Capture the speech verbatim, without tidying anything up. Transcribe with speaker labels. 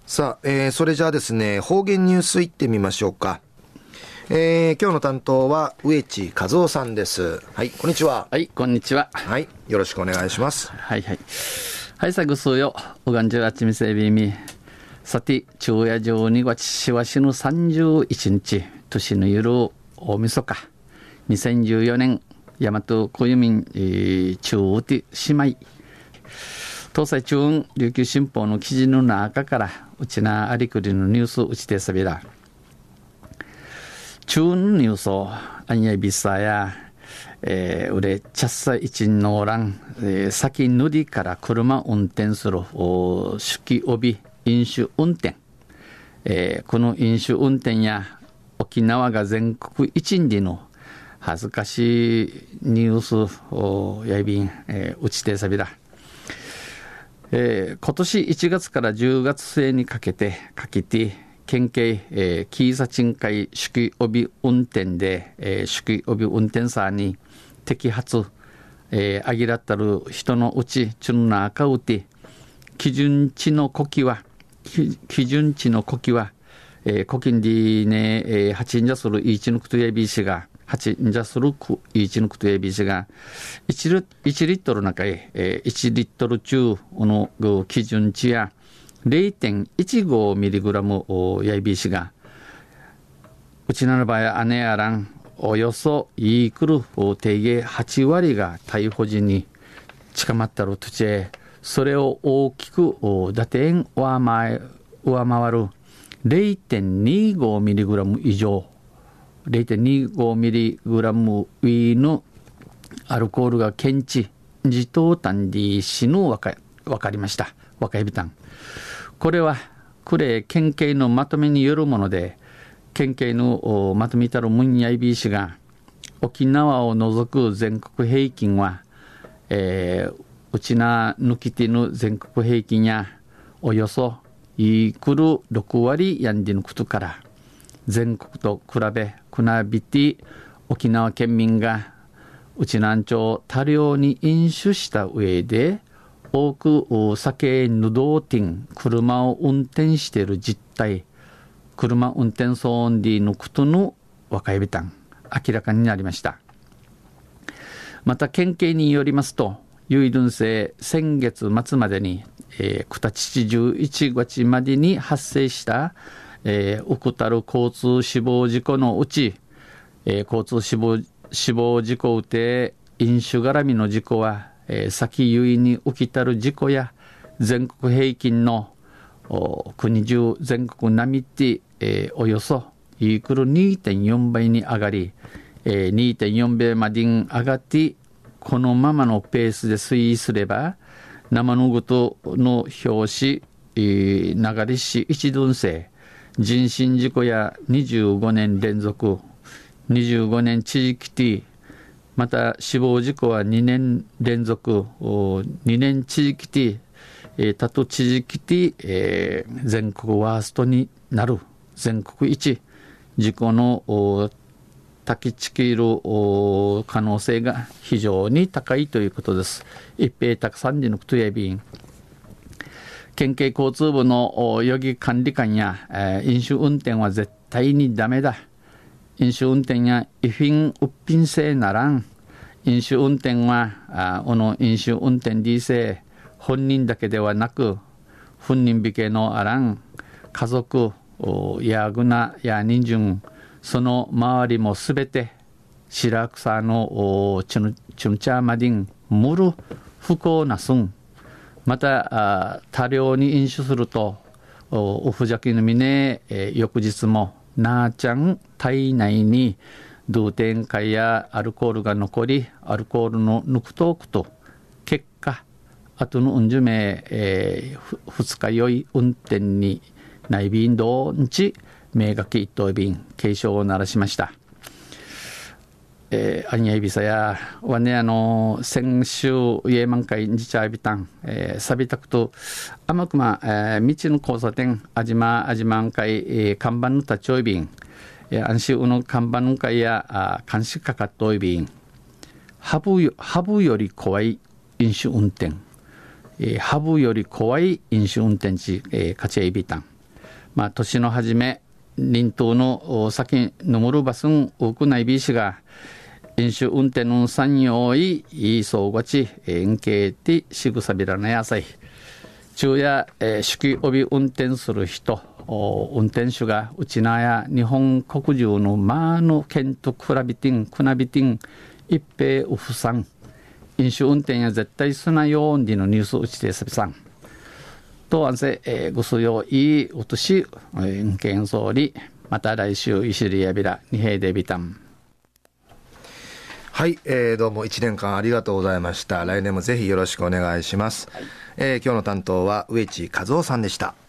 Speaker 1: さあ、えー、それじゃあですね、方言ニュースいってみましょうか。えー、今日の担当は植地和夫さんです。はい、こんにちは。
Speaker 2: はい、こんにちは。
Speaker 1: はい、よろしくお願いします。
Speaker 2: はいはい。はい、さぐすよ。おがんじゅうあちみせびみ。さて、昼夜じゅうにがつしわしのさんじゅういちにち、年のゆる大晦日。にせんじゅうよねん、大和小遊民、えー、中央姉妹。東西中央琉球新報の記事の中から、うちなありくりのニュースうちてさびら。中のニュースをあんやいびさや、えー、うれちゃっさいちんのおらん、えー、先塗りから車運転する酒気帯び飲酒運転、えー、この飲酒運転や沖縄が全国一んでの恥ずかしいニュースをやいびん、えー、うちてさびら、えー、今年いちがつからじゅうがつ末にかけてかけて県警、えー、キーサチン会酒気帯び運転で、えー、酒気帯び運転者に摘発、えー、あぎらったる人のうちチュンナーカウティ基準値の呼気は基準値の呼気は、えー、コキンディね、えー、はちんじゃするイーチヌクトエビーシがはちんじゃするイーチヌクトエビーシが 1, リいちリットル中へ、えー、いちリットル中の基準値やれいてんいちごミリグラム やいびいしがうちなの場合姉やらんおよそイークル定義はちわりが逮捕時に近まったる土地へそれを大きく打点上回る れいてんにごミリグラム 以上 れいてんにごミリグラム ウィーのアルコールが検知自動単で死ぬわかわかりました若いびたんこれは呉県警のまとめによるもので県警のまとめたるムンヤイビー氏が沖縄を除く全国平均は、えー、うちな抜き手の全国平均やおよそイークルろくわりやんでぬくとから全国と比べくなびて沖縄県民がうちなんちょ多量に飲酒した上で多く酒ぬどうてん車を運転している実態車運転騒音でのことの若いびたん明らかになりました。また県警によりますとユイルンセ先月末までに、えー、くたちちじゅういちがつまでに発生した、えー、怠る交通死亡事故のうち、えー、交通死亡死亡事故で飲酒絡みの事故は、えー、先ゆいに起きたる事故や全国平均の国中全国並みて、えー、およそイークル にてんよん 倍に上がり、えー、にてんよん 倍までに上がってこのままのペースで推移すれば生のごとの表紙、えー、流れし一dun生人身事故やにじゅうごねん連続にじゅうごねん地域 T また死亡事故はにねん連続にねん地域 T えー、他と地域 T、えー、全国ワーストになる全国一事故のたきちきる可能性が非常に高いということです。一平たくさんでのくとやびん県警交通部の予備管理官や、えー、飲酒運転は絶対にダメだ飲酒運転や違品うっぴんせいならん飲酒運転はあこの飲酒運転でせ本人だけではなく本人びけのあらん家族やぐなや人順その周りもすべて白草のチュンチュンチャーマディンムル不幸なすんまた多量に飲酒するとおふじゃきのみね、えー、翌日もなあちゃん体内にドーテンカやアルコールが残りアルコールの抜くとくと結果後のうんじゅめ、えー、二日酔い運転に内便どんち名がき一等便警鐘を鳴らしました。えー、アニヤイビサやわねあの先週家満開にちゃいびたん、えー、サビタクと甘くま、えー、道の交差点あじまあじまんかい、えー、看板の立ち追い便、えー、安心の看板の会やあ監視かかっとい便ハブよハブより怖い飲酒運転えー、ハブより怖い飲酒運転地、えー、勝ちえびたんまあ、年の初め、臨島の先のむるバスン多くないビーシが、飲酒運転の産業いいそうごち、円形でしぐさびらなやさい。昼夜、えー、酒気帯び運転する人、運転手がうちなや日本国中のまあの県と比べてん、くなびてん、一平うふさん。飲酒運転や絶対すなようにのニュースうちてさびさん。と、あんせ、えー、ごすよいいうとし、えー、県総理、また来週、いしりやびら、にへいでびたん。
Speaker 1: はい、えー、どうもいちねんかんありがとうございました。来年もぜひよろしくお願いします。はい、えー、今日の担当は植地和夫さんでした。